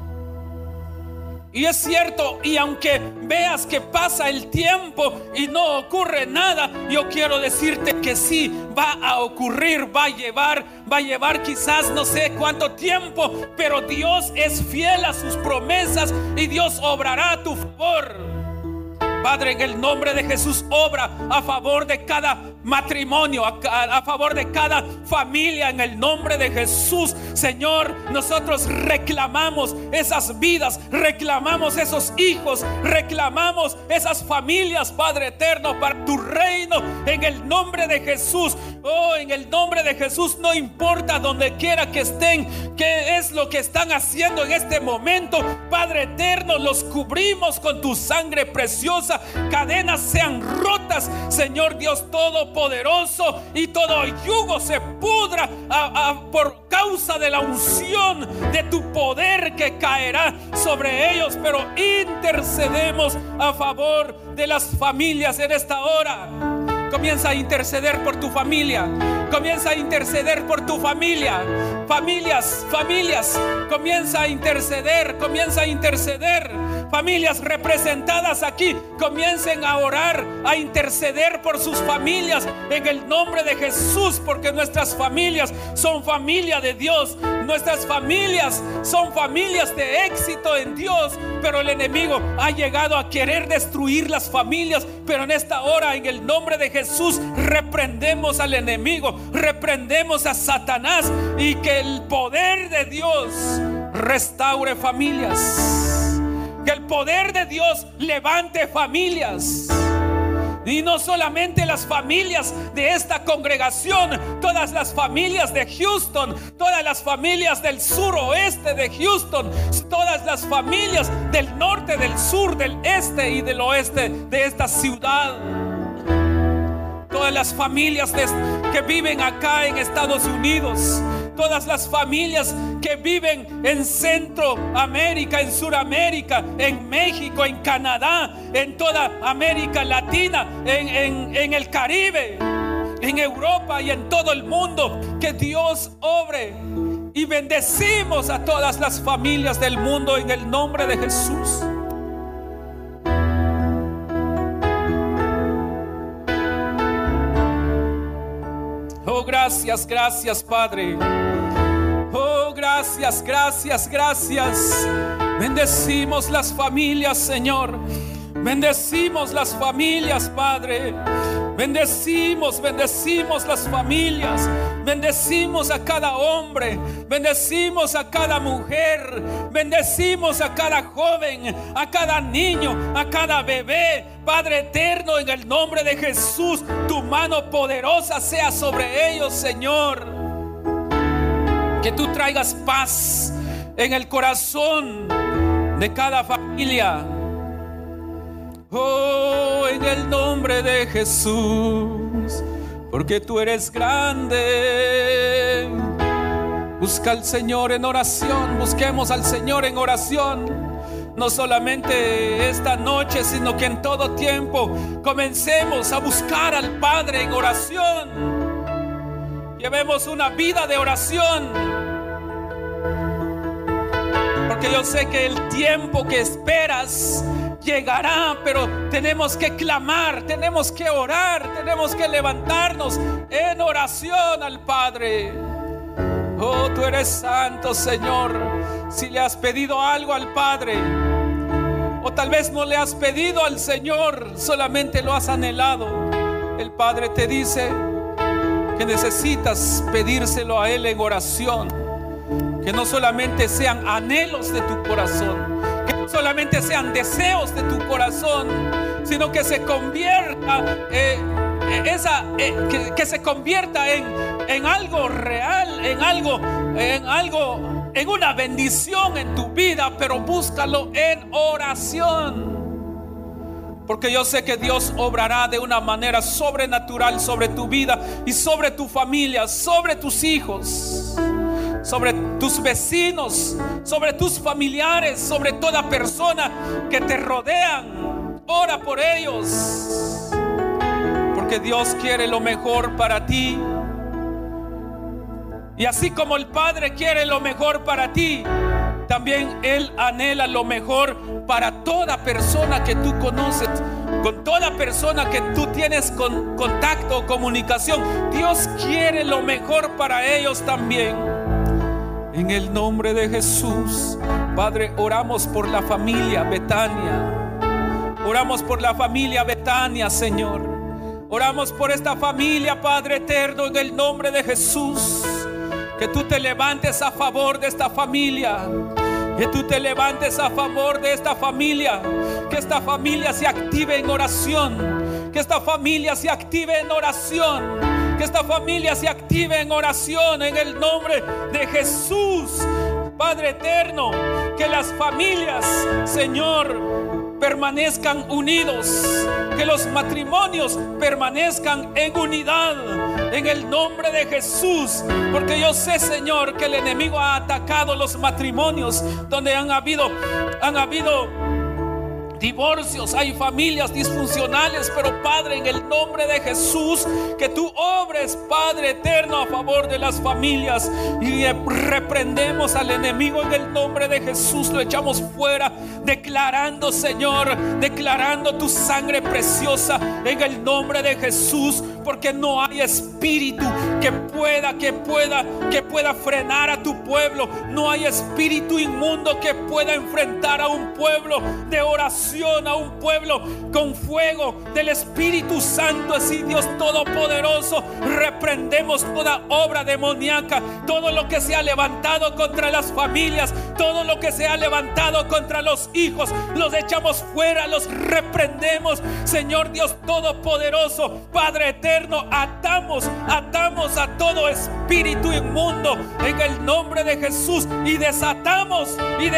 Y es cierto, y aunque veas que pasa el tiempo y no ocurre nada, yo quiero decirte que sí, va a ocurrir, va a llevar quizás no sé cuánto tiempo, pero Dios es fiel a sus promesas y Dios obrará a tu favor. Padre, en el nombre de Jesús, obra a favor de cada matrimonio, a favor de cada familia, en el nombre de Jesús. Señor, nosotros reclamamos esas vidas, reclamamos esos hijos, reclamamos esas familias, Padre eterno, para tu reino, en el nombre de Jesús. Oh, en el nombre de Jesús, no importa donde quiera que estén, qué es lo que están haciendo en este momento, Padre eterno, los cubrimos con tu sangre preciosa. Cadenas sean rotas, Señor Dios todopoderoso, y todo yugo se pudra por causa de la unción de tu poder que caerá sobre ellos. Pero intercedemos a favor de las familias en esta hora. Comienza a interceder por tu familia. Comienza a interceder por tu familia. Familias, comienza a interceder. Familias representadas aquí, comiencen a orar, a interceder por sus familias en el nombre de Jesús, porque nuestras familias son familia de Dios. Nuestras familias son familias de éxito en Dios, pero el enemigo ha llegado a querer destruir las familias. Pero en esta hora, en el nombre de Jesús, reprendemos al enemigo, reprendemos a Satanás, y que el poder de Dios restaure familias. Que el poder de Dios levante familias. Y no solamente las familias de esta congregación, todas las familias de Houston, todas las familias del suroeste de Houston, todas las familias del norte, del sur, del este y del oeste de esta ciudad. Todas las familias que viven acá en Estados Unidos, todas las familias que viven en Centroamérica, en Suramérica, en México, en Canadá, en toda América Latina, en el Caribe, en Europa y en todo el mundo. Que Dios obre, y bendecimos a todas las familias del mundo en el nombre de Jesús. Oh, gracias, Padre. Oh, gracias. Bendecimos las familias, Señor. Bendecimos las familias, Padre. Bendecimos las familias. Bendecimos a cada hombre. Bendecimos a cada mujer. Bendecimos a cada joven, a cada niño, a cada bebé. Padre eterno, en el nombre de Jesús, tu mano poderosa sea sobre ellos, Señor. Que tú traigas paz en el corazón de cada familia. Oh, en el nombre de Jesús, porque tú eres grande. Busca al Señor en oración. Busquemos al Señor en oración. No solamente esta noche, sino que en todo tiempo comencemos a buscar al Padre en oración. Llevemos una vida de oración, porque yo sé que el tiempo que esperas llegará, pero tenemos que clamar, tenemos que orar, tenemos que levantarnos en oración al Padre. Oh, tú eres santo, Señor. Si le has pedido algo al Padre, o tal vez no le has pedido al Señor, solamente lo has anhelado, el Padre te dice que necesitas pedírselo a Él en oración. Que no solamente sean anhelos de tu corazón, que no solamente sean deseos de tu corazón, sino que se convierta que se convierta en algo real, en una bendición en tu vida. Pero búscalo en oración, porque yo sé que Dios obrará de una manera sobrenatural sobre tu vida y sobre tu familia, sobre tus hijos, sobre tus vecinos, sobre tus familiares, sobre toda persona que te rodean. Ora por ellos, porque Dios quiere lo mejor para ti. Y así como el Padre quiere lo mejor para ti, también Él anhela lo mejor para toda persona que tú conoces, con toda persona que tú tienes contacto o comunicación. Dios quiere lo mejor para ellos también. En el nombre de Jesús, Padre, oramos por la familia Betania. Oramos por la familia Betania, Señor. Oramos por esta familia, Padre eterno, en el nombre de Jesús. Que tú te levantes a favor de esta familia. Que tú te levantes a favor de esta familia. Que esta familia se active en oración. Que esta familia se active en oración. Que esta familia se active en oración en el nombre de Jesús. Padre eterno, que las familias, Señor, permanezcan unidos. Que los matrimonios permanezcan en unidad en el nombre de Jesús. Porque yo sé, Señor, que el enemigo ha atacado los matrimonios donde han habido divorcios, hay familias disfuncionales. Pero Padre, en el nombre de Jesús, que tú obres, Padre eterno, a favor de las familias. Y reprendemos al enemigo en el nombre de Jesús. Lo echamos fuera, declarando, Señor, declarando tu sangre preciosa en el nombre de Jesús. Porque no hay espíritu que pueda frenar a tu pueblo. No hay espíritu inmundo que pueda enfrentar a un pueblo de oración, a un pueblo con fuego del Espíritu Santo. Así, Dios Todopoderoso, reprendemos toda obra demoníaca, todo lo que se ha levantado contra las familias, todo lo que se ha levantado contra los hijos, los echamos fuera, los reprendemos, Señor Dios Todopoderoso. Padre eterno, atamos a todo espíritu inmundo en el nombre de Jesús. Y desatamos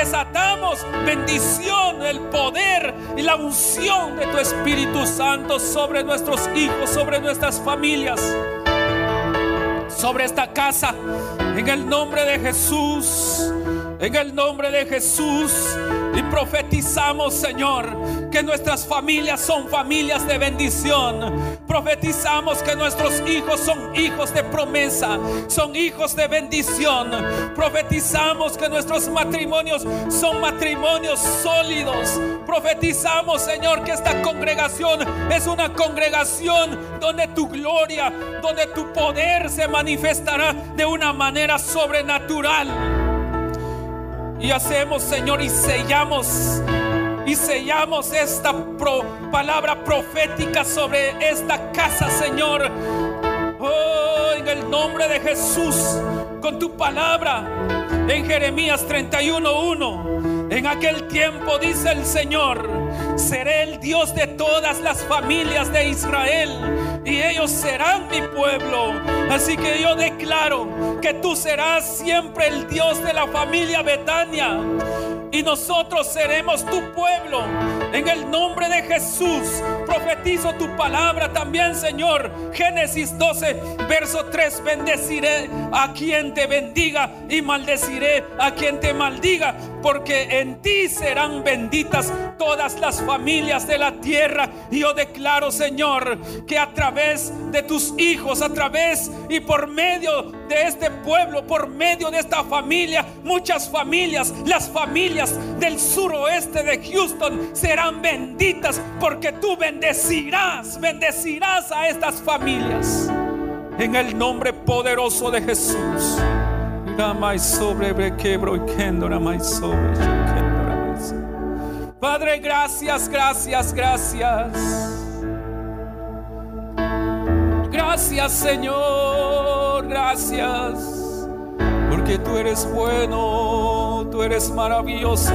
bendición, el poder y la unción de tu Espíritu Santo sobre nuestros hijos, sobre nuestras familias, sobre esta casa, en el nombre de Jesús. En el nombre de Jesús. Y profetizamos, Señor, que nuestras familias son familias de bendición. Profetizamos que nuestros hijos son hijos de promesa, son hijos de bendición. Profetizamos que nuestros matrimonios son matrimonios sólidos. Profetizamos, Señor, que esta congregación es una congregación donde tu gloria, donde tu poder se manifestará de una manera sobrenatural. Y hacemos, Señor, y sellamos esta palabra profética sobre esta casa, Señor. Oh, en el nombre de Jesús, con tu palabra en Jeremías 31:1. En aquel tiempo, dice el Señor, seré el Dios de todas las familias de Israel, y ellos serán mi pueblo. Así que yo declaro que tú serás siempre el Dios de la familia Betania. Y nosotros seremos tu pueblo. En el nombre de Jesús, profetizo tu palabra también, Señor. Génesis 12, verso 3. Bendeciré a quien te bendiga y maldeciré a quien te maldiga, porque en ti serán benditas todas las familias de la tierra. Y yo declaro, Señor, que a través de tus hijos, a través y por medio de este pueblo, por medio de esta familia, muchas familias, las familias del suroeste de Houston serán benditas, porque tú bendecirás a estas familias en el nombre poderoso de Jesús. Padre, gracias. Gracias, Señor, gracias, porque tú eres bueno, tú eres maravilloso.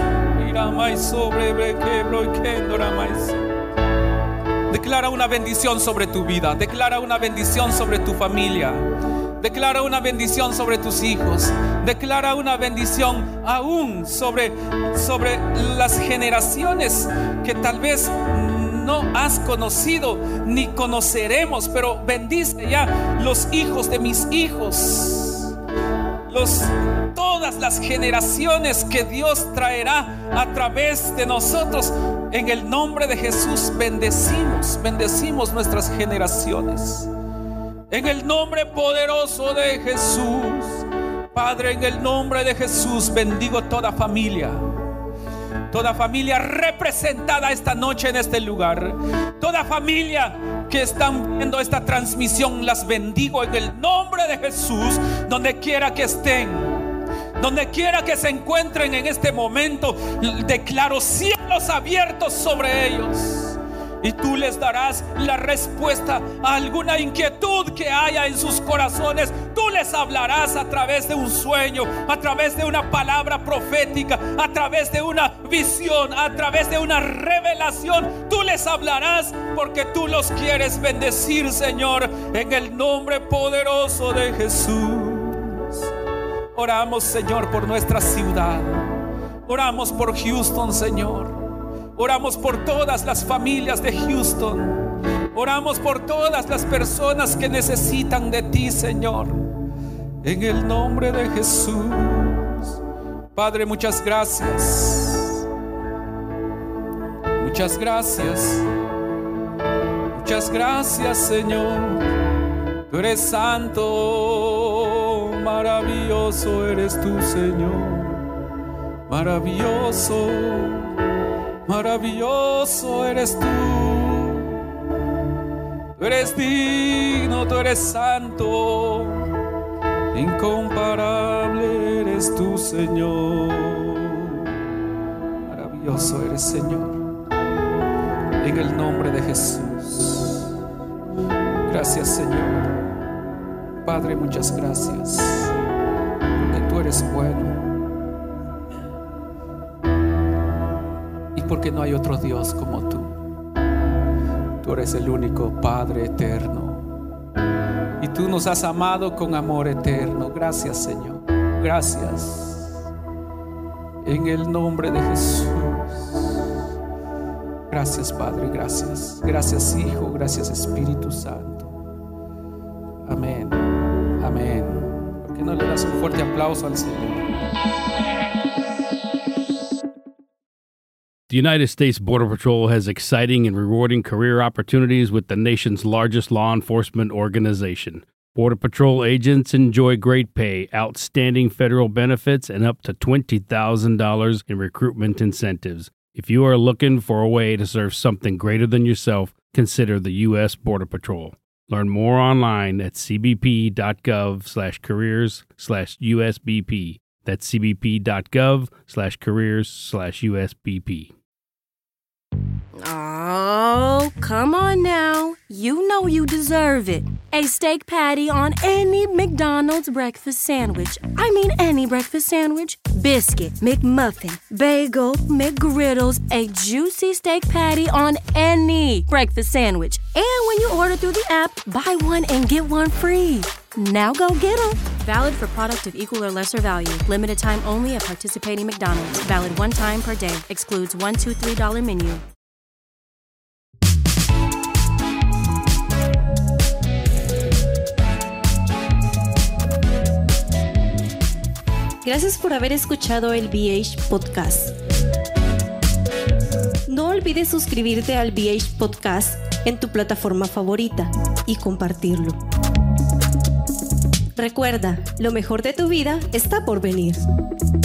Declara una bendición sobre tu vida, declara una bendición sobre tu familia, declara una bendición sobre tus hijos, declara una bendición aún sobre las generaciones que tal vez no has conocido ni conoceremos, pero bendice ya los hijos de mis hijos, todas las generaciones que Dios traerá a través de nosotros. En el nombre de Jesús bendecimos nuestras generaciones. En el nombre poderoso de Jesús, Padre, en el nombre de Jesús bendigo toda familia representada esta noche en este lugar. Toda familia que están viendo esta transmisión, las bendigo en el nombre de Jesús. Donde quiera que estén, donde quiera que se encuentren en este momento, declaro cielos abiertos sobre ellos. Y tú les darás la respuesta a alguna inquietud que haya en sus corazones. Tú les hablarás a través de un sueño, a través de una palabra profética, a través de una visión, a través de una revelación. Tú les hablarás porque tú los quieres bendecir, Señor, en el nombre poderoso de Jesús. Oramos, Señor, por nuestra ciudad. Oramos por Houston, Señor. Oramos por todas las familias de Houston. Oramos por todas las personas que necesitan de ti, Señor, en el nombre de Jesús. Padre, muchas gracias. Muchas gracias. Muchas gracias, Señor. Tú eres santo, maravilloso eres tú, Señor. Maravilloso. Maravilloso eres tú. Tú eres digno, tú eres santo. Incomparable eres tú, Señor. Maravilloso eres, Señor. En el nombre de Jesús. Gracias, Señor. Padre, muchas gracias, porque tú eres bueno. Porque no hay otro Dios como tú. Tú eres el único Padre eterno. Y tú nos has amado con amor eterno. Gracias, Señor. Gracias. En el nombre de Jesús. Gracias, Padre. Gracias. Gracias, Hijo. Gracias, Espíritu Santo. Amén. Amén. ¿Por qué no le das un fuerte aplauso al Señor? The United States Border Patrol has exciting and rewarding career opportunities with the nation's largest law enforcement organization. Border Patrol agents enjoy great pay, outstanding federal benefits, and up to $20,000 in recruitment incentives. If you are looking for a way to serve something greater than yourself, consider the U.S. Border Patrol. Learn more online at cbp.gov/careers/USBP. That's cbp.gov/careers/USBP. Oh, come on now. You know you deserve it. A steak patty on any McDonald's breakfast sandwich. I mean any breakfast sandwich. Biscuit, McMuffin, bagel, McGriddles, a juicy steak patty on any breakfast sandwich. And when you order through the app, buy one and get one free. Now go get 'em. Valid for product of equal or lesser value. Limited time only at participating McDonald's. Valid one time per day. Excludes $1, $2, $3 menu. Gracias por haber escuchado el BH Podcast. No olvides suscribirte al BH Podcast en tu plataforma favorita y compartirlo. Recuerda, lo mejor de tu vida está por venir.